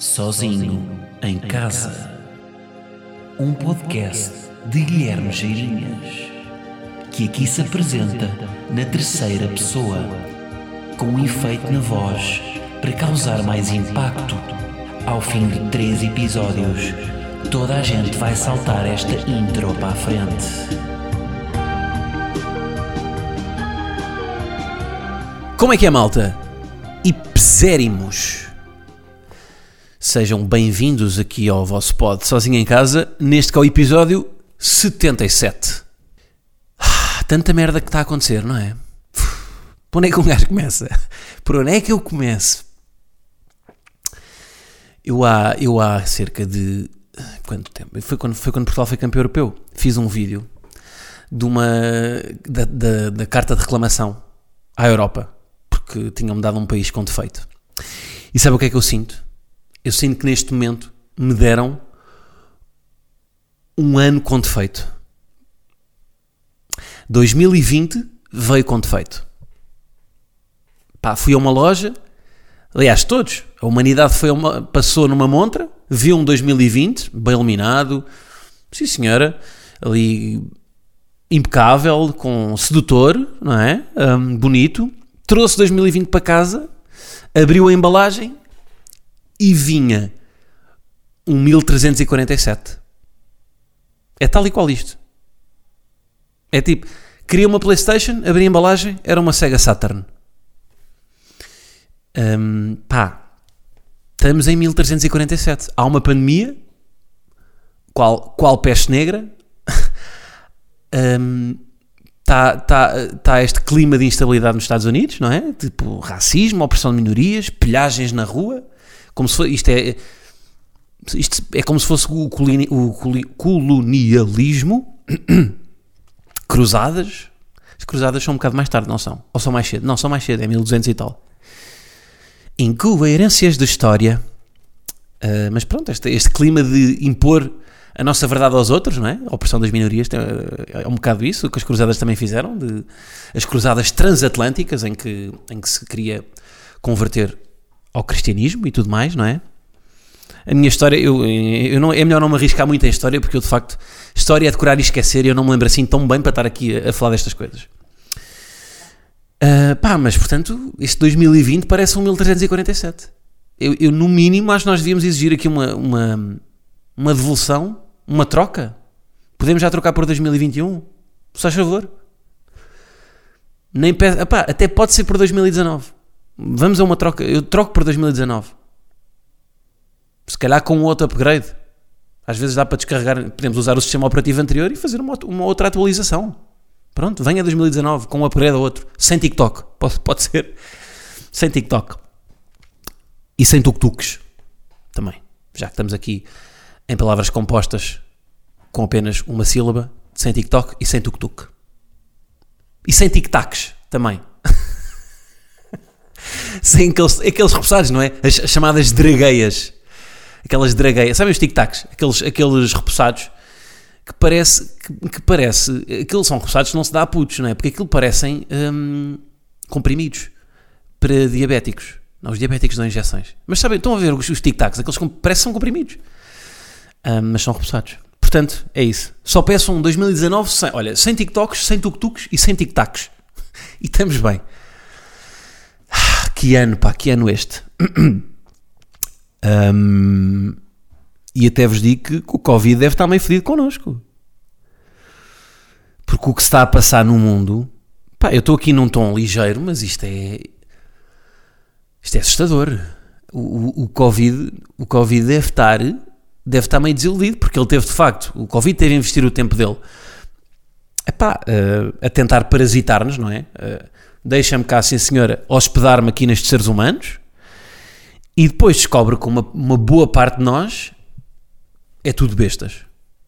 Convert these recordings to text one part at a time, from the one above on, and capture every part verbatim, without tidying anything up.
Sozinho em Casa. Um podcast de Guilherme Geirinhas, que aqui se apresenta na terceira pessoa, com um efeito na voz para causar mais impacto. Ao fim de três episódios, toda a gente vai saltar esta intro para a frente. Como é que é, malta? E pesérrimos! Sejam bem-vindos aqui ao vosso pod Sozinho em Casa, neste que é o episódio setenta e sete. Ah, tanta merda que está a acontecer, não é? Por onde é que um gajo começa? Por onde é que eu começo? Eu há, eu há cerca de... Quanto tempo? Foi quando, foi quando Portugal foi campeão europeu. Fiz um vídeo de uma, da, da, da carta de reclamação à Europa, porque tinham-me dado um país com defeito. E sabe o que é que eu sinto? Eu sinto que neste momento me deram um ano com defeito. dois mil e vinte veio com defeito. Pá, fui a uma loja, aliás, todos, a humanidade foi uma, passou numa montra, viu um dois mil e vinte, bem iluminado, sim senhora, ali impecável, com sedutor, não é? Um, bonito, trouxe dois mil e vinte para casa, abriu a embalagem e vinha um mil trezentos e quarenta e sete. É tal e qual isto. É tipo, queria uma PlayStation, abri a embalagem, era uma Sega Saturn. Um, pá, estamos em mil trezentos e quarenta e sete. Há uma pandemia, qual, qual peste negra. um, Está tá, tá este clima de instabilidade nos Estados Unidos, não é? Tipo, racismo, opressão de minorias, pilhagens na rua. Como se fosse, isto, é, isto é como se fosse o, colini, o colonialismo. Cruzadas. As cruzadas são um bocado mais tarde, não são? Ou são mais cedo? Não, são mais cedo, é mil e duzentos e tal. Incoerências da história. Uh, mas pronto, este, este clima de impor a nossa verdade aos outros, não é? A opressão das minorias é um bocado isso, o que as cruzadas também fizeram, de, as cruzadas transatlânticas, em que, em que se queria converter ao cristianismo e tudo mais, não é? A minha história, eu, eu não, é melhor não me arriscar muito em história, porque eu, de facto, história é decorar e esquecer, e eu não me lembro assim tão bem para estar aqui a, a falar destas coisas. Uh, pá, mas, portanto, este dois mil e vinte parece um mil trezentos e quarenta e sete. Eu, eu, no mínimo, acho que nós devíamos exigir aqui uma, uma, uma devolução, uma troca. Podemos já trocar por dois mil e vinte e um? Se faz favor. Nem peço, epá, até pode ser por dois mil e dezanove. Vamos a uma troca. Eu troco por dois mil e dezanove. Se calhar com um outro upgrade. Às vezes dá para descarregar. Podemos usar o sistema operativo anterior e fazer uma, uma outra atualização. Pronto, venha dois mil e dezanove com um upgrade a outro. Sem TikTok. Pode, pode ser. Sem TikTok. E sem tuk-tuks. Também. Já que estamos aqui em palavras compostas com apenas uma sílaba. Sem TikTok e sem tuk-tuk. E sem tic-tacs também. Sem aqueles, aqueles repousados, não é? As, as chamadas dragueias. Aquelas dragueias. Sabem os tic-tacs? Aqueles, aqueles repousados que parece... Que, que parece... Aqueles são repousados que não se dá a putos, não é? Porque aquilo parecem hum, comprimidos para diabéticos. Não, os diabéticos dão injeções. Mas sabem, estão a ver os, os tic-tacs? Aqueles que parecem que são comprimidos. Hum, mas são repousados. Portanto, é isso. Só peço um dois mil e dezanove sem, olha, sem TikToks, sem tuk-tuks e sem tic-tacs. E estamos bem. Que ano, pá, que ano este. um, e até vos digo que o Covid deve estar meio fedido connosco. Porque o que se está a passar no mundo... Pá, eu estou aqui num tom ligeiro, mas isto é... Isto é assustador. O, o, o, COVID, o Covid deve estar... Deve estar meio desiludido, porque ele teve, de facto... O Covid teve a investir o tempo dele... Epá, uh, a tentar parasitar-nos, não é? Uh, Deixa-me cá, sim senhora, hospedar-me aqui nestes seres humanos, e depois descobre que uma, uma boa parte de nós é tudo bestas.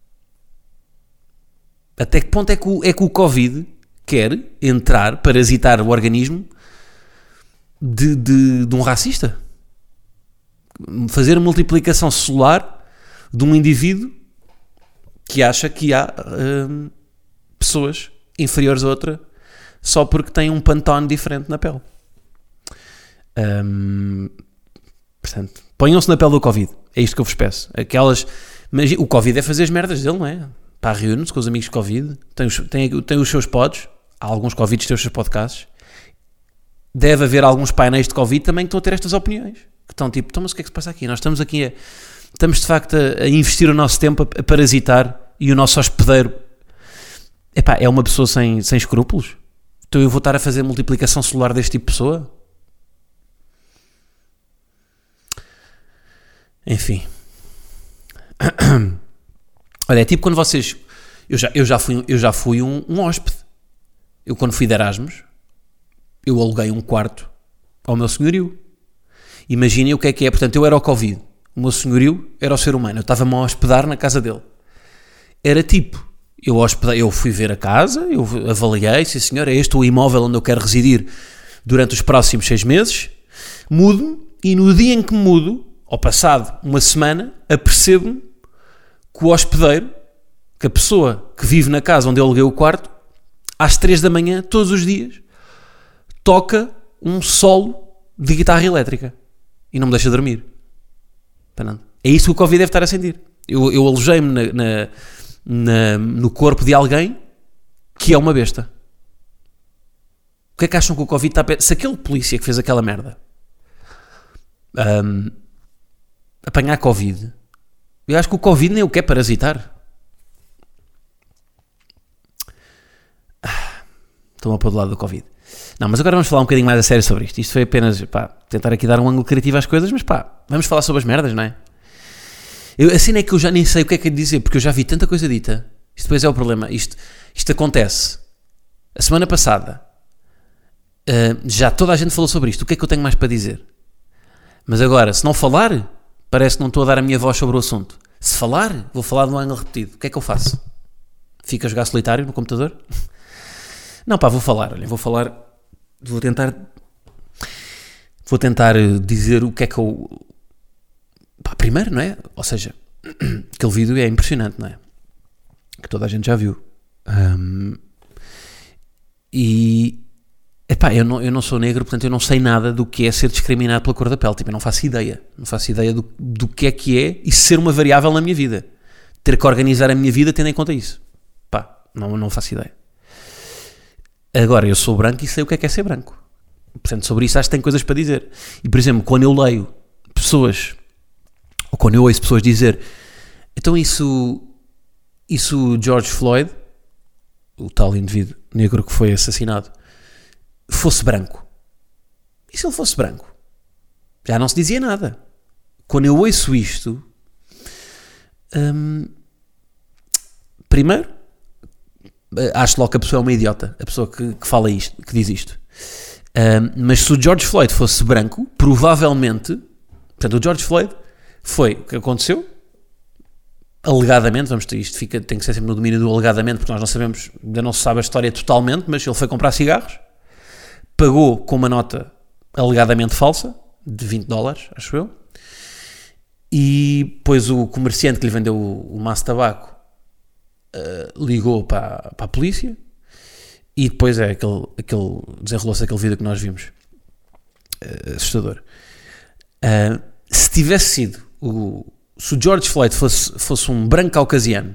Até que ponto é que o, é que o Covid quer entrar, parasitar o organismo de, de, de um racista? Fazer multiplicação celular de um indivíduo que acha que há hum, pessoas inferiores a outra só porque tem um pantone diferente na pele. Um, Portanto, ponham-se na pele do Covid. É isto que eu vos peço. Aquelas... Mas o Covid é fazer as merdas dele, não é? Pá, reúne-se com os amigos Covid. Tem os, tem, tem os seus pods. Há alguns Covids que têm os seus podcasts. Deve haver alguns painéis de Covid também que estão a ter estas opiniões. Que estão tipo, então, mas o que é que se passa aqui? Nós estamos aqui a... Estamos de facto a, a investir o nosso tempo a, a parasitar e o nosso hospedeiro... Epá, é uma pessoa sem, sem escrúpulos? Então eu vou estar a fazer multiplicação celular deste tipo de pessoa? Enfim. Olha, é tipo quando vocês... Eu já, eu já fui, eu já fui um, um hóspede. Eu quando fui de Erasmus, eu aluguei um quarto ao meu senhorio. Imaginem o que é que é. Portanto, eu era o Covid. O meu senhorio era o ser humano. Eu estava-me a hospedar na casa dele. Era tipo... Eu, hospedei, eu fui ver a casa, eu avaliei, sim senhor, é este o imóvel onde eu quero residir durante os próximos seis meses. Mudo-me e no dia em que mudo, ao passado uma semana, apercebo-me que o hospedeiro, que a pessoa que vive na casa onde eu aluguei o quarto, às três da manhã, todos os dias, toca um solo de guitarra elétrica e não me deixa dormir. É isso que o Covid deve estar a sentir. Eu, eu alojei-me na, na, na, no corpo de alguém que é uma besta. O que é que acham que o Covid está a pe... Se aquele polícia que fez aquela merda um, apanhar Covid, eu acho que o Covid nem o quer parasitar. Estou a pôr do lado do Covid. Não, mas agora vamos falar um bocadinho mais a sério sobre isto. Isto foi apenas, pá, tentar aqui dar um ângulo criativo às coisas, mas pá, vamos falar sobre as merdas, não é? Eu, assim é que eu já nem sei o que é que é de dizer, porque eu já vi tanta coisa dita. Isto depois é o problema. Isto, isto acontece. A semana passada, uh, já toda a gente falou sobre isto. O que é que eu tenho mais para dizer? Mas agora, se não falar, parece que não estou a dar a minha voz sobre o assunto. Se falar, vou falar de um ângulo repetido. O que é que eu faço? Fico a jogar solitário no computador? Não, pá, vou falar. Olha, vou falar... Vou tentar... Vou tentar dizer o que é que eu... Pá, primeiro, não é? Ou seja, aquele vídeo é impressionante, não é? Que toda a gente já viu. Um, e... Epá, eu não, eu não sou negro, portanto eu não sei nada do que é ser discriminado pela cor da pele. Tipo, eu não faço ideia. Não faço ideia do, do que é que é isso ser uma variável na minha vida. Ter que organizar a minha vida tendo em conta isso. Pá, não, não faço ideia. Agora, eu sou branco e sei o que é que é ser branco. Portanto, sobre isso acho que tenho coisas para dizer. E, por exemplo, quando eu leio pessoas, ou quando eu ouço pessoas dizer, então isso, isso George Floyd, o tal indivíduo negro que foi assassinado, fosse branco. E se ele fosse branco? Já não se dizia nada. Quando eu ouço isto, hum, primeiro, acho logo que a pessoa é uma idiota, a pessoa que, que fala isto, que diz isto. Um, mas se o George Floyd fosse branco, provavelmente, portanto, o George Floyd foi o que aconteceu, alegadamente, vamos ter isto, fica, tem que ser sempre no domínio do alegadamente, porque nós não sabemos, ainda não se sabe a história totalmente, mas ele foi comprar cigarros, pagou com uma nota alegadamente falsa, de vinte dólares, acho eu, e depois o comerciante que lhe vendeu o, o maço de tabaco uh, ligou para, para a polícia, e depois é aquele, aquele desenrolou-se aquele vídeo que nós vimos, uh, assustador. Uh, se tivesse sido o, se o George Floyd fosse, fosse um branco caucasiano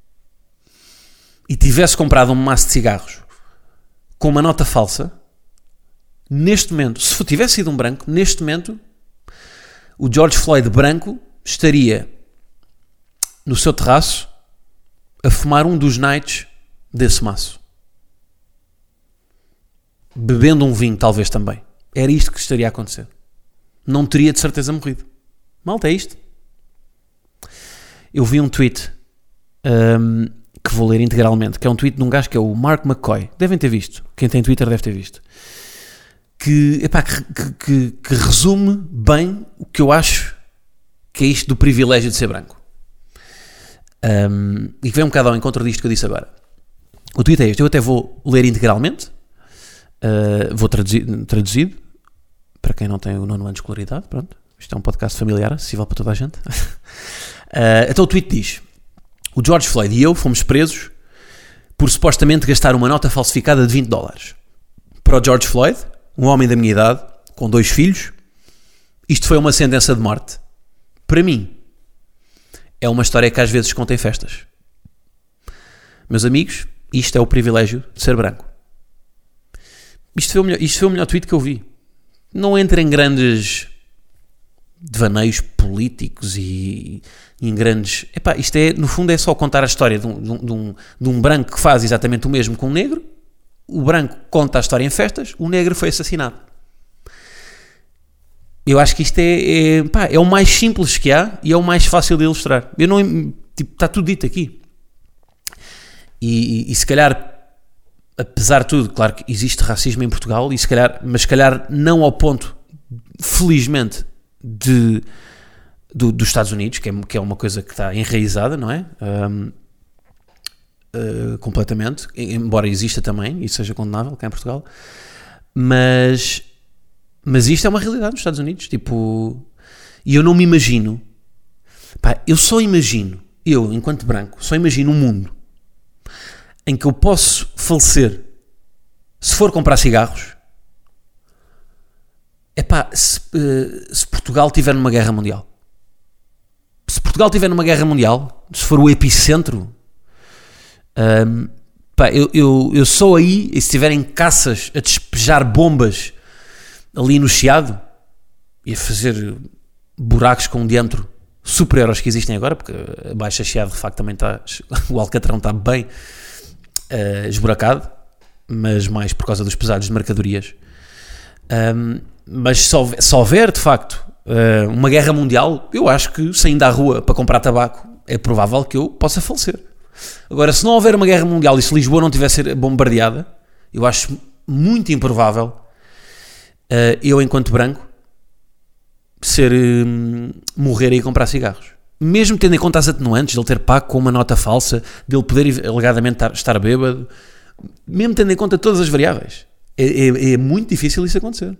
e tivesse comprado um maço de cigarros com uma nota falsa, neste momento, se tivesse sido um branco, neste momento o George Floyd branco estaria no seu terraço a fumar um dos nights desse maço, bebendo um vinho talvez também. Era isto que estaria a acontecer. Não teria de certeza morrido. Malta, é isto. Eu vi um tweet um, que vou ler integralmente, que é um tweet de um gajo que é o Mark McCoy. Devem ter visto. Quem tem Twitter deve ter visto. Que, epá, que, que, que resume bem o que eu acho que é isto do privilégio de ser branco. Um, e que vem um bocado ao encontro disto que eu disse agora. O tweet é este. Eu até vou ler integralmente. Uh, vou traduzir, traduzido. Para quem não tem o nono ano de escolaridade. Pronto. Isto é um podcast familiar, acessível para toda a gente. uh, então o tweet diz: o George Floyd e eu fomos presos por supostamente gastar uma nota falsificada de vinte dólares. Para o George Floyd, um homem da minha idade, com dois filhos, isto foi uma sentença de morte. Para mim, é uma história que às vezes contém festas. Meus amigos, isto é o privilégio de ser branco. Isto foi o melhor, isto foi o melhor tweet que eu vi. Não entra em grandes devaneios políticos e, e em grandes... Epá, isto é, no fundo, é só contar a história de um, de, um, de, um, de um branco que faz exatamente o mesmo com um negro. O branco conta a história em festas, o negro foi assassinado. Eu acho que isto é, é, pá, é o mais simples que há e é o mais fácil de ilustrar. Eu não, tipo, está tudo dito aqui. E, e, e se calhar, apesar de tudo, claro que existe racismo em Portugal, e se calhar, mas se calhar não ao ponto, felizmente, de, do, dos Estados Unidos, que é, que é uma coisa que está enraizada, não é? Um, uh, completamente, embora exista também, e seja condenável cá em Portugal, mas... Mas isto é uma realidade nos Estados Unidos, tipo... E eu não me imagino... Pá, eu só imagino, eu, enquanto branco, só imagino um mundo em que eu posso falecer se for comprar cigarros. É pá, se, uh, se Portugal estiver numa guerra mundial. Se Portugal estiver numa guerra mundial, se for o epicentro... Um, pá, eu, eu, eu só aí, e se tiverem caças a despejar bombas... ali no Chiado, e a fazer buracos com um diâmetro superior aos que existem agora, porque a Baixa Chiado de facto também está, o Alcatrão está bem uh, esburacado, mas mais por causa dos pesados de mercadorias. Um, mas se houver, se houver de facto uh, uma guerra mundial, eu acho que saindo à rua para comprar tabaco é provável que eu possa falecer. Agora, se não houver uma guerra mundial e se Lisboa não tivesse ser bombardeada, eu acho muito improvável Uh, eu, enquanto branco, ser um, morrer e comprar cigarros. Mesmo tendo em conta as atenuantes, de ele ter pago com uma nota falsa, de ele poder alegadamente estar, estar bêbado, mesmo tendo em conta todas as variáveis, é, é, é muito difícil isso acontecer.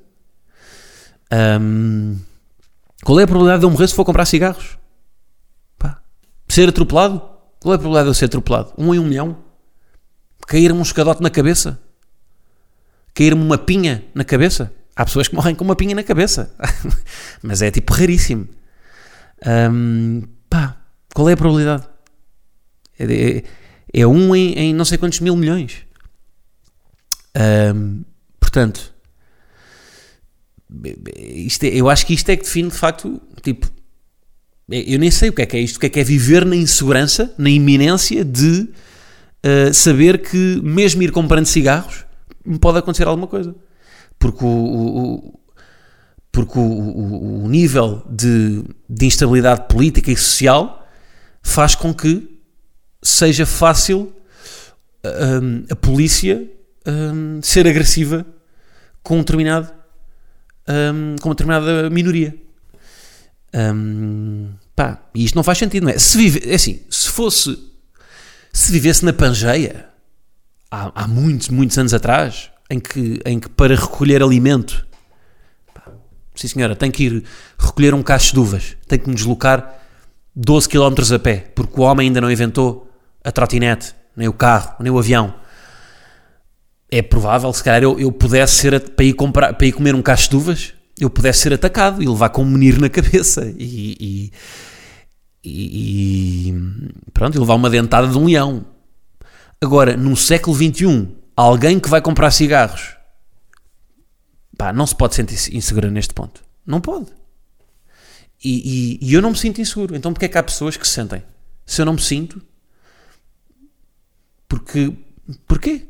Um, qual é a probabilidade de eu morrer se for comprar cigarros? Pá. Ser atropelado? Qual é a probabilidade de eu ser atropelado? Um em um milhão? Cair-me um escadote na cabeça? Cair-me uma pinha na cabeça? Há pessoas que morrem com uma pinha na cabeça. Mas é tipo raríssimo. Um, pá, qual é a probabilidade? É, é, é um em, em não sei quantos mil milhões. Um, portanto, isto é, eu acho que isto é que define de facto, tipo, eu nem sei o que é que é isto, o que é que é viver na insegurança, na iminência de uh, saber que mesmo ir comprando cigarros me pode acontecer alguma coisa. Porque o, o, porque o, o, o nível de, de instabilidade política e social faz com que seja fácil um, a polícia um, ser agressiva com, um determinado, um, com uma determinada minoria. Um, pá, e isto não faz sentido, não é? Se vive, é assim, se fosse, se vivesse na Pangeia há, há muitos, muitos anos atrás, em que, em que para recolher alimento, pá, sim senhora, tenho que ir recolher um cacho de uvas, tenho que me deslocar doze quilómetros a pé, porque o homem ainda não inventou a trotinete, nem o carro, nem o avião. É provável, se calhar eu, eu pudesse ser, para ir, comprar, para ir comer um cacho de uvas, eu pudesse ser atacado e levar com um menino na cabeça e, e, e, e pronto, e levar uma dentada de um leão. Agora, no século vinte e um, alguém que vai comprar cigarros, pá, não se pode sentir inseguro neste ponto. Não pode. E, e, e eu não me sinto inseguro. Então porquê é que há pessoas que se sentem? Se eu não me sinto, porque, porquê?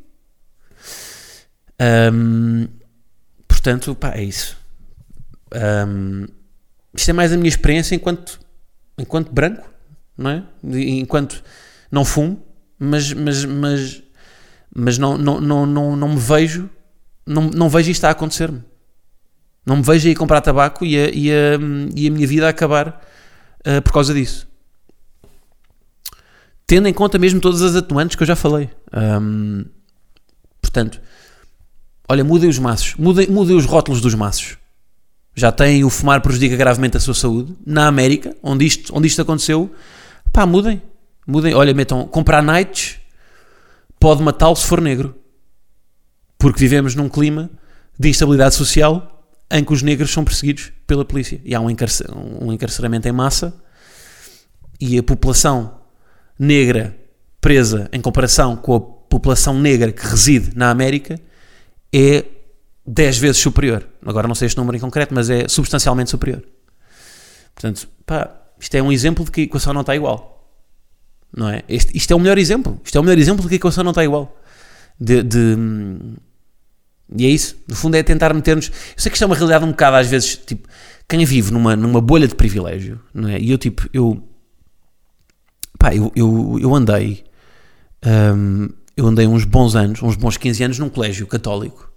Um, portanto, pá, é isso. Um, isto é mais a minha experiência enquanto, enquanto branco, não é? Enquanto não fumo, mas... mas, mas mas não, não, não, não, não me vejo, não, não vejo isto a acontecer-me. Não me vejo a ir comprar tabaco e a, e a, e a minha vida a acabar uh, por causa disso. Tendo em conta mesmo todas as atenuantes que eu já falei. Um, portanto, olha, mudem os maços, mudem, mudem os rótulos dos maços. Já têm o fumar prejudica gravemente a sua saúde. Na América, onde isto, onde isto aconteceu, pá, mudem. Mudem, olha, metam, comprar nights pode matá-lo se for negro, porque vivemos num clima de instabilidade social em que os negros são perseguidos pela polícia. E há um, encarcer, um encarceramento em massa e a população negra presa em comparação com a população negra que reside na América é dez vezes superior. Agora não sei este número em concreto, mas é substancialmente superior. Portanto, pá, isto é um exemplo de que a equação não está igual. Não é? Este, isto é o melhor exemplo. Isto é o melhor exemplo de que a equação não está igual. De, de, e é isso. No fundo é tentar meter-nos... Eu sei que isto é uma realidade um bocado às vezes, tipo, quem vive numa, numa bolha de privilégio, não é? E eu tipo, eu... Pá, eu, eu, eu andei... Um, eu andei uns bons anos, uns bons quinze anos num colégio católico.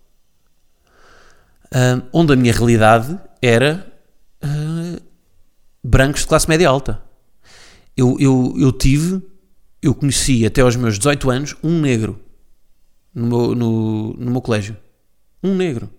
Um, onde a minha realidade era... Uh, brancos de classe média alta. Eu, eu, eu tive, eu conheci até aos meus dezoito anos um negro no meu, no, no meu colégio. Um negro.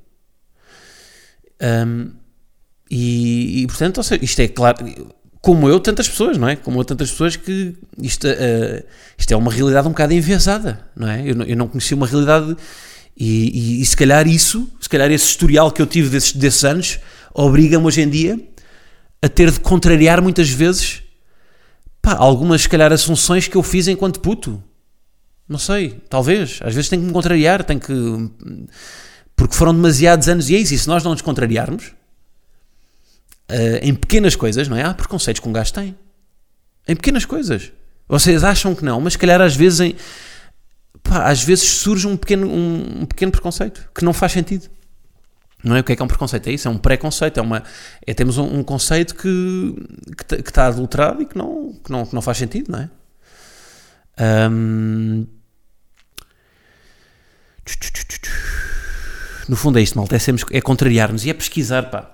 Um, e, e, portanto, ou seja, isto é claro, como eu, tantas pessoas, não é? Como eu, tantas pessoas que isto, uh, isto é uma realidade um bocado enviesada, não é? Eu, eu não conheci uma realidade e, e, e se calhar isso, se calhar esse historial que eu tive desses, desses anos obriga-me hoje em dia a ter de contrariar muitas vezes, pá, algumas, se calhar, assunções que eu fiz enquanto puto. Não sei, talvez. Às vezes tenho que me contrariar, tenho que... Porque foram demasiados anos, e é isso, e se nós não nos contrariarmos, uh, em pequenas coisas, não é? Há preconceitos que um gajo tem. Em pequenas coisas. Vocês acham que não, mas se calhar às vezes, em, pá, às vezes surge um pequeno, um, um pequeno preconceito, que não faz sentido. Não é? O que é que é um preconceito? É isso, é um pré-conceito, é uma, é, temos um, um conceito que, que, que está adulterado e que não, que, não, que não faz sentido, não é? Um... No fundo é isto, malta, é, sermos, é contrariar-nos e é pesquisar, pá.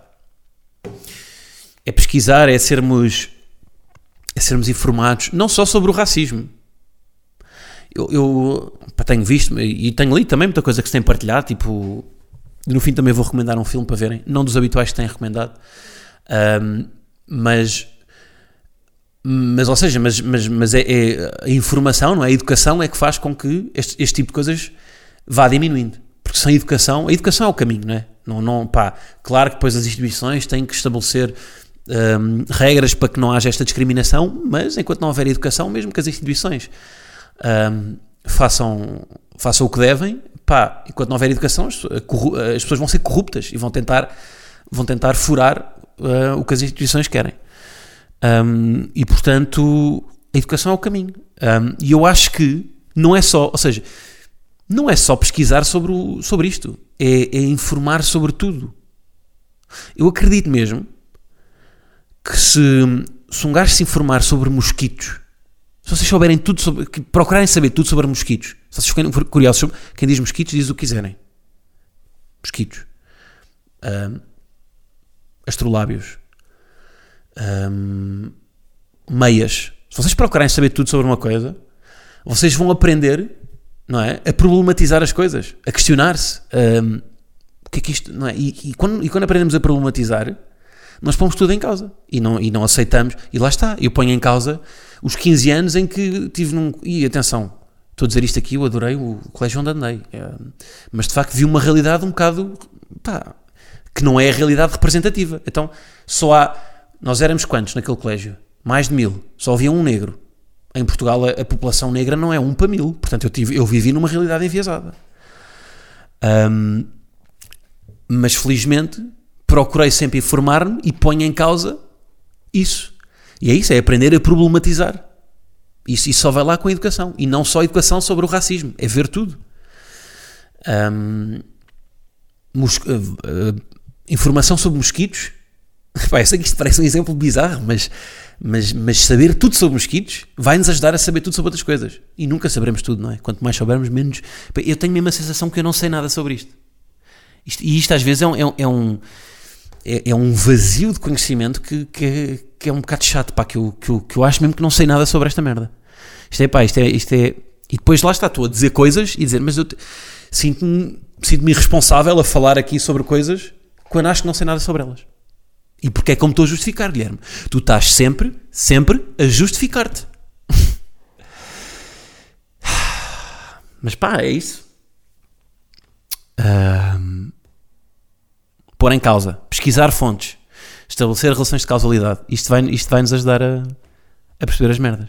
É pesquisar, é sermos, é sermos informados, não só sobre o racismo. Eu, eu pá, tenho visto e tenho lido também muita coisa que se tem partilhado, tipo... No fim também vou recomendar um filme para verem, não dos habituais que têm recomendado, um, mas, mas, ou seja, mas, mas, mas é, é a informação, não é? A educação é que faz com que este, este tipo de coisas vá diminuindo, porque sem educação, a educação é o caminho, não é? Não, não, pá, claro que depois as instituições têm que estabelecer um, regras para que não haja esta discriminação, mas enquanto não houver educação, mesmo que as instituições um, façam, façam o que devem, pá, enquanto não houver educação, as, as pessoas vão ser corruptas e vão tentar, vão tentar furar uh, o que as instituições querem. Um, e, portanto, a educação é o caminho. Um, e eu acho que não é só, ou seja, não é só pesquisar sobre, o, sobre isto, é, é informar sobre tudo. Eu acredito mesmo que se, se um gajo se informar sobre mosquitos, se vocês souberem tudo sobre, que procurarem saber tudo sobre mosquitos, se vocês ficarem curiosos sobre, quem diz mosquitos diz o que quiserem. Mosquitos. Um, astrolábios. Um, meias. Se vocês procurarem saber tudo sobre uma coisa, vocês vão aprender, não é? A problematizar as coisas, a questionar-se. Um, o que é que isto, não é? E, e, quando, e quando aprendemos a problematizar, nós pomos tudo em causa e não, e não aceitamos, e lá está, eu ponho em causa os quinze anos em que tive num... E atenção, estou a dizer isto aqui, eu adorei o colégio onde andei, é, mas de facto vi uma realidade um bocado, pá, que não é a realidade representativa. Então, só há... Nós éramos quantos naquele colégio? Mais de mil, só havia um negro. Em Portugal a, a população negra não é um para mil, portanto eu, tive, eu vivi numa realidade enviesada. Um, mas felizmente procurei sempre informar-me e ponho em causa isso. E é isso, é aprender a problematizar. Isso, isso só vai lá com a educação. E não só a educação sobre o racismo, é ver tudo. Um, mos, uh, uh, informação sobre mosquitos. Pá, eu sei que isto parece um exemplo bizarro, mas, mas, mas saber tudo sobre mosquitos vai-nos ajudar a saber tudo sobre outras coisas. E nunca saberemos tudo, não é? Quanto mais soubermos, menos... Eu tenho mesmo a sensação que eu não sei nada sobre isto. isto e isto às vezes é um... É um, é um É, é um vazio de conhecimento que, que, que é um bocado chato, pá, que eu, que, eu, que eu acho mesmo que não sei nada sobre esta merda. Isto é, pá, isto é, isto é... E depois lá está, estou a dizer coisas e dizer, mas eu te, sinto-me, sinto-me irresponsável a falar aqui sobre coisas quando acho que não sei nada sobre elas. E porque é como estou a justificar, Guilherme. Tu estás sempre, sempre a justificar-te. Mas pá, é isso. Um... pôr em causa, pesquisar fontes, estabelecer relações de causalidade. Isto vai, isto vai nos ajudar a, a perceber as merdas.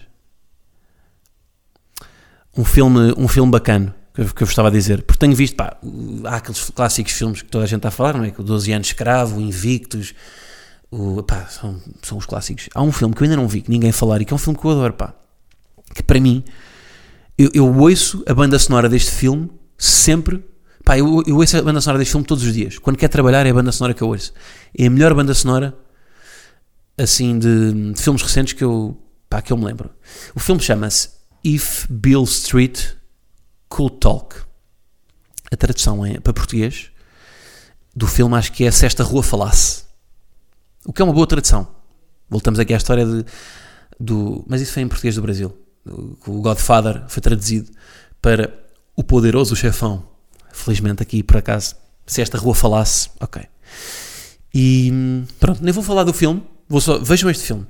Um filme, um filme bacana, que eu, que eu vos estava a dizer, porque tenho visto, pá, há aqueles clássicos filmes que toda a gente está a falar, não é? O doze anos de escravo, o Invictus, o, pá, são, são os clássicos. Há um filme que eu ainda não vi, que ninguém falar, e que é um filme que eu adoro, pá, que para mim, eu, eu ouço a banda sonora deste filme sempre, pá, eu, eu ouço a banda sonora deste filme todos os dias. Quando quero trabalhar é a banda sonora que eu ouço. É a melhor banda sonora, assim, de, de filmes recentes que eu, pá, que eu me lembro. O filme chama-se If Beale Street Could Talk. A tradução é, para português do filme, acho que é Se Esta Rua Falasse. O que é uma boa tradução. Voltamos aqui à história de, do... Mas isso foi em português do Brasil. O Godfather foi traduzido para O Poderoso Chefão. Felizmente aqui, por acaso, Se Esta Rua Falasse. Ok. E pronto, nem vou falar do filme. Vou só... Vejam este filme.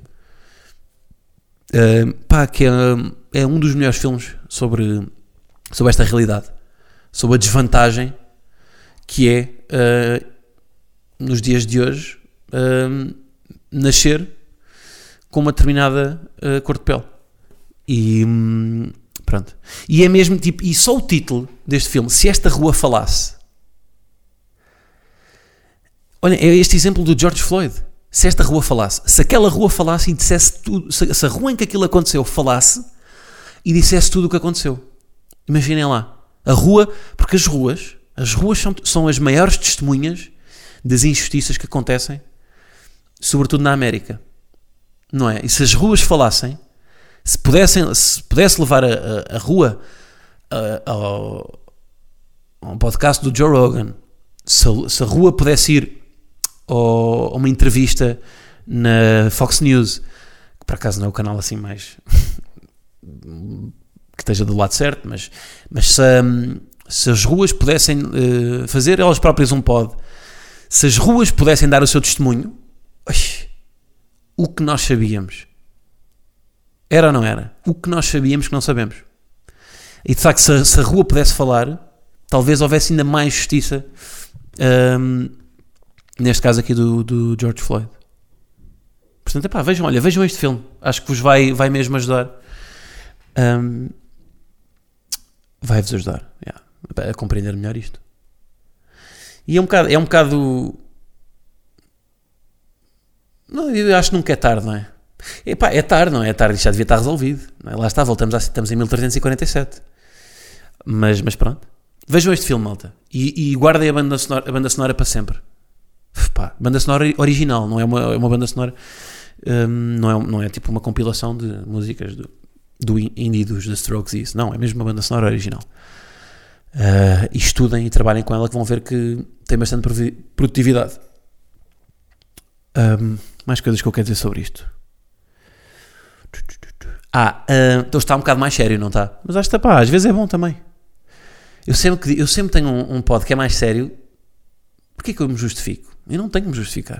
Uh, pá, que é, é um dos melhores filmes sobre, sobre esta realidade, sobre a desvantagem que é uh, nos dias de hoje uh, nascer com uma determinada uh, cor de pele. E hum, pronto. E é mesmo tipo, e só o título deste filme, Se Esta Rua Falasse. Olha, é este exemplo do George Floyd. Se esta rua falasse, se aquela rua falasse e dissesse tudo, se, se a rua em que aquilo aconteceu falasse e dissesse tudo o que aconteceu. Imaginem lá, a rua, porque as ruas, as ruas são, são as maiores testemunhas das injustiças que acontecem, sobretudo na América, não é? E se as ruas falassem, se pudessem, se pudesse levar a, a, a rua a, ao, a um podcast do Joe Rogan, se a, se a rua pudesse ir ou uma entrevista na Fox News, que por acaso não é o canal assim mais que esteja do lado certo, mas, mas se, se as ruas pudessem uh, fazer elas próprias um pod, se as ruas pudessem dar o seu testemunho, ui, o que nós sabíamos era ou não era? O que nós sabíamos que não sabemos. E de facto, se a, se a rua pudesse falar, talvez houvesse ainda mais justiça, um, neste caso aqui do, do George Floyd. Portanto, epá, vejam, olha, vejam este filme. Acho que vos vai, vai mesmo ajudar. Um, vai-vos ajudar yeah, a compreender melhor isto. E é um bocado... É um bocado não, eu acho que nunca é tarde, não é? Epá, é tarde, não é? É tarde, isto já devia estar resolvido. Não é? Lá está, voltamos a, estamos em mil trezentos e quarenta e sete. Mas, mas pronto. Vejam este filme, malta. E, e guardem a banda sonora, a banda sonora para sempre. Pá, banda sonora original, não é uma, é uma banda sonora, um, não, é, não é tipo uma compilação de músicas do, do indie dos The Strokes e isso. Não, é mesmo uma banda sonora original. Uh, e estudem e trabalhem com ela que vão ver que tem bastante produtividade. Um, mais coisas que eu quero dizer sobre isto. Ah, uh, então está um bocado mais sério, não está? Mas acho que pá, às vezes é bom também. Eu sempre, que, eu sempre tenho um, um pod que é mais sério. Porquê que eu me justifico? Eu não tenho que me justificar.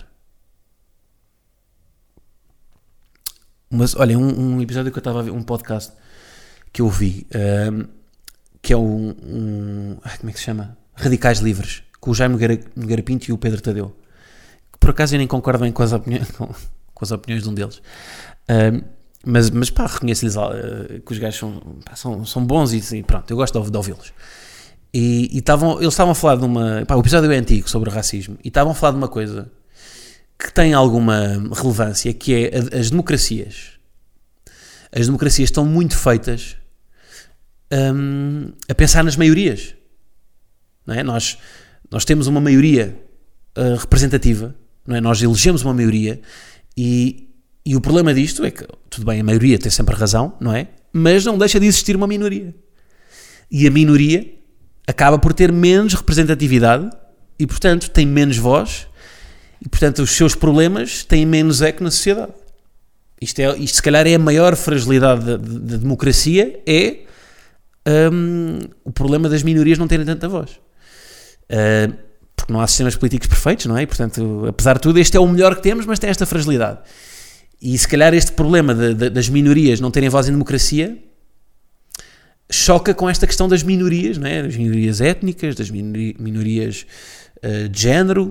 Mas, olha, um, um episódio que eu estava a ver, um podcast que eu vi, um, que é um, um... Como é que se chama? Radicais Livres, com o Jaime Nogueira Pinto e o Pedro Tadeu. Que por acaso eu nem concordo bem com as opiniões, com, com as opiniões de um deles. Um, mas, mas pá, reconheço-lhes uh, que os gajos são, pá, são, são bons e, e pronto, eu gosto de, de ouvi-los. E, e tavam, eles estavam a falar de uma... Pá, o episódio é antigo sobre o racismo. E estavam a falar de uma coisa que tem alguma relevância, que é a, as democracias. As democracias estão muito feitas um, a pensar nas maiorias. Não é? Nós, nós temos uma maioria uh, representativa. Não é? Nós elegemos uma maioria e, e o problema disto é que, tudo bem, a maioria tem sempre razão, não é? Mas não deixa de existir uma minoria. E a minoria acaba por ter menos representatividade e, portanto, tem menos voz e, portanto, os seus problemas têm menos eco na sociedade. Isto, é, isto se calhar, é a maior fragilidade da, da democracia, é um, o problema das minorias não terem tanta voz. Uh, porque não há sistemas políticos perfeitos, não é? E, portanto, apesar de tudo, este é o melhor que temos, mas tem esta fragilidade. E, se calhar, este problema de, de, das minorias não terem voz em democracia choca com esta questão das minorias, não é? Das minorias étnicas, das minori- minorias uh, de género,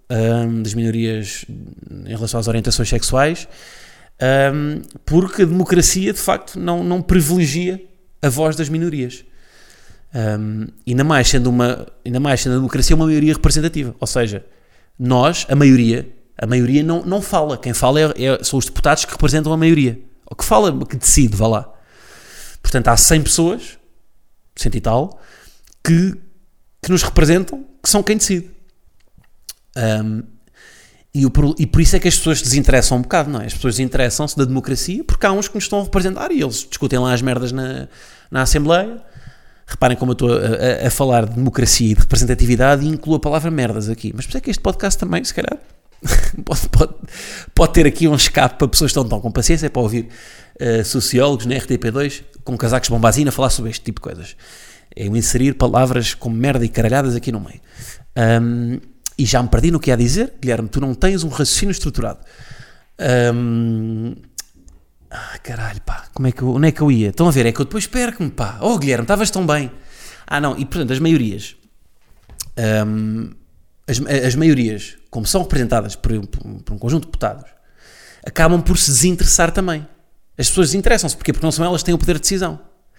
um, das minorias em relação às orientações sexuais, um, porque a democracia, de facto, não, não privilegia a voz das minorias. Um, ainda, mais sendo uma, ainda mais sendo a democracia uma maioria representativa. Ou seja, nós, a maioria, a maioria não, não fala. Quem fala é, é, são os deputados que representam a maioria. Ou que fala, que decide, vá lá. Portanto, há cem pessoas, cento e tal, que, que nos representam, que são quem decide. Um, e, o, e por isso é que as pessoas se desinteressam um bocado, não é? As pessoas desinteressam-se da democracia porque há uns que nos estão a representar e eles discutem lá as merdas na, na Assembleia. Reparem como eu estou a, a, a falar de democracia e de representatividade e incluo a palavra merdas aqui. Mas por isso é que este podcast também, se calhar, pode, pode, pode ter aqui um escape para pessoas que estão com paciência para ouvir uh, sociólogos na R T P dois com casacos de bombazina falar sobre este tipo de coisas. É eu inserir palavras como merda e caralhadas aqui no meio. Um, e já me perdi no que ia dizer. Guilherme, tu não tens um raciocínio estruturado. Um, ah, caralho, pá. Como é que eu, onde é que eu ia? Estão a ver? É que eu depois perco-me, pá. Oh, Guilherme, estavas tão bem. Ah, não. E, portanto, as maiorias... Um, as, as maiorias, como são representadas por, por um conjunto de deputados, acabam por se desinteressar também. As pessoas desinteressam-se. Porquê? Porque não são elas que têm o poder de decisão.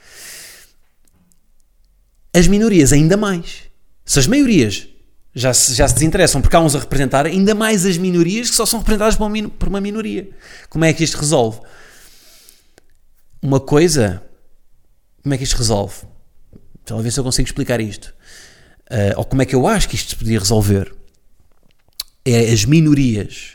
As minorias ainda mais. Se as maiorias já se, já se desinteressam porque há uns a representar, ainda mais as minorias que só são representadas por uma, por uma minoria. Como é que isto resolve? Uma coisa... Como é que isto resolve? Talvez ver se eu consigo explicar isto. Uh, ou como é que eu acho que isto se podia resolver. É as minorias.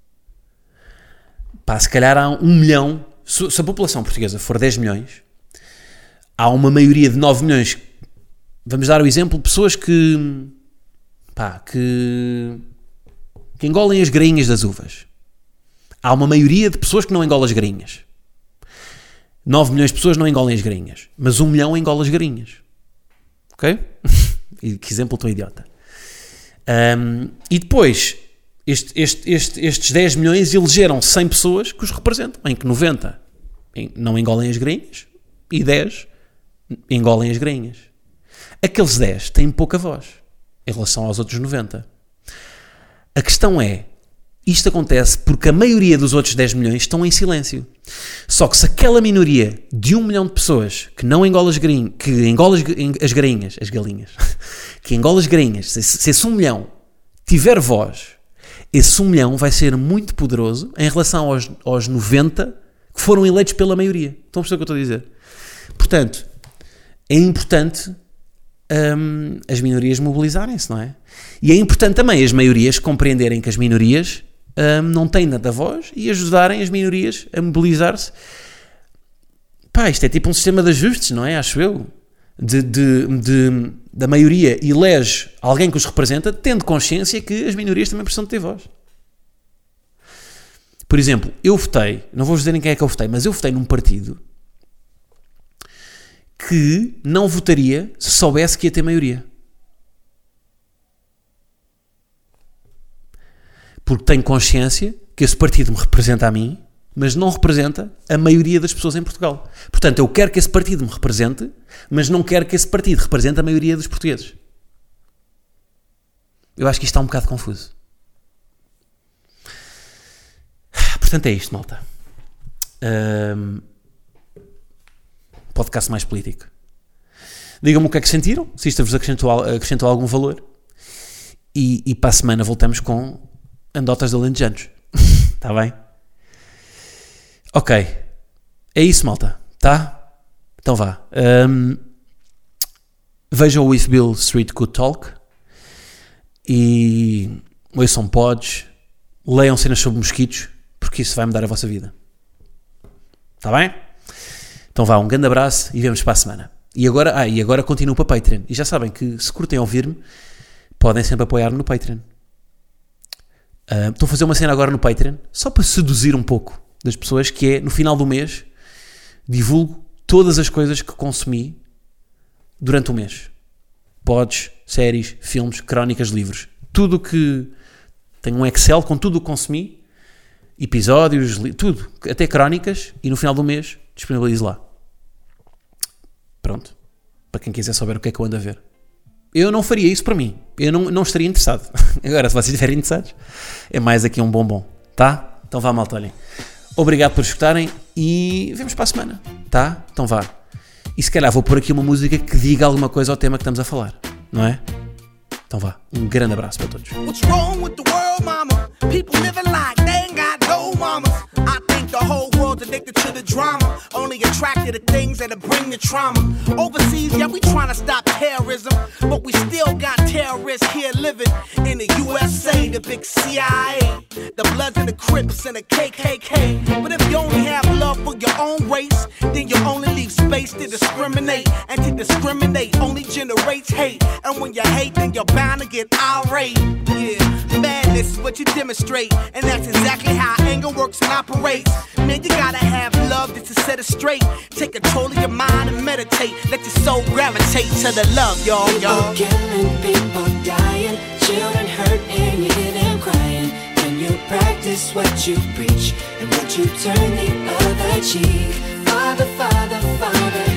Pá, se calhar há um milhão... Se, se a população portuguesa for dez milhões, há uma maioria de nove milhões... Vamos dar o exemplo de pessoas que, pá, que, que engolem as grainhas das uvas. Há uma maioria de pessoas que não engolem as grainhas. nove milhões de pessoas não engolem as grainhas, mas um milhão engola as grainhas. Ok? E que exemplo tão idiota. Um, e depois, este, este, este, estes dez milhões elegeram cem pessoas que os representam, em que noventa não engolem as grainhas e dez engolem as grainhas. Aqueles dez têm pouca voz em relação aos outros noventa. A questão é, isto acontece porque a maioria dos outros dez milhões estão em silêncio. Só que se aquela minoria de um milhão de pessoas que não engola as grainhas, que engola as grainhas, as galinhas, que engola as grainhas, se, se esse um milhão tiver voz, esse um milhão vai ser muito poderoso em relação aos, aos noventa que foram eleitos pela maioria. Estão a perceber o que eu estou a dizer? Portanto, é importante Um, as minorias mobilizarem-se, não é? E é importante também as maiorias compreenderem que as minorias um, não têm nada voz e ajudarem as minorias a mobilizar-se. Pá, isto é tipo um sistema de ajustes, não é? Acho eu. De, de, de, da maioria elege alguém que os representa, tendo consciência que as minorias também precisam de ter voz. Por exemplo, eu votei, não vou dizer em quem é que eu votei, mas eu votei num partido que não votaria se soubesse que ia ter maioria. Porque tenho consciência que esse partido me representa a mim, mas não representa a maioria das pessoas em Portugal. Portanto, eu quero que esse partido me represente, mas não quero que esse partido represente a maioria dos portugueses. Eu acho que isto está um bocado confuso. Portanto, é isto, malta. Um... podcast mais político. Digam-me o que é que sentiram, se isto vos acrescentou, acrescentou algum valor, e, e para a semana voltamos com andotas de alentejanos. Está bem? Ok. É isso, malta. Tá? Então vá. Um, vejam o If Bill Street Could Talk e ouçam pods, leiam cenas sobre mosquitos, porque isso vai mudar a vossa vida. Está bem? Então vá, um grande abraço e vemos para a semana. E agora, ah, e agora continuo para Patreon. E já sabem que se curtem ouvir-me, podem sempre apoiar-me no Patreon. Uh, estou a fazer uma cena agora no Patreon, só para seduzir um pouco das pessoas, que é, no final do mês, divulgo todas as coisas que consumi durante o mês. Pods, séries, filmes, crónicas, livros. Tudo que... Tenho um Excel com tudo o que consumi, episódios, li, tudo, até crónicas, e no final do mês disponibilizo lá. Pronto. Para quem quiser saber o que é que eu ando a ver. Eu não faria isso para mim. Eu não, não estaria interessado. Agora, se vocês estiverem interessados, é mais aqui um bombom, tá? Então vá, malta, olhem. Obrigado por escutarem e vemos para a semana, tá? Então vá. E se calhar vou pôr aqui uma música que diga alguma coisa ao tema que estamos a falar, não é? Então vá. Um grande abraço para todos. What's wrong with the world, mama? People living like they ain't got no mamas. I think the whole world's addicted to the drama, only attracted to things that'll bring the trauma. Overseas, yeah, we trying to stop terrorism, but we still got terrorists here living in the U S A, the big C I A, the Bloods and the Crips and the K K K. But if you only have love for your own race, then you only leave space to discriminate, and to discriminate only generates hate. And when you hate, then you're bound to get irate. Yeah, madness is what you demonstrate, and that's exactly how anger works and operates. Man, you gotta have love just to set it straight. Take control of your mind and meditate. Let your soul gravitate to the love, y'all, y'all. People killing, people dying, children hurt and you hear them crying. When you practice what you preach, and would you turn the other cheek? Father, Father, Father.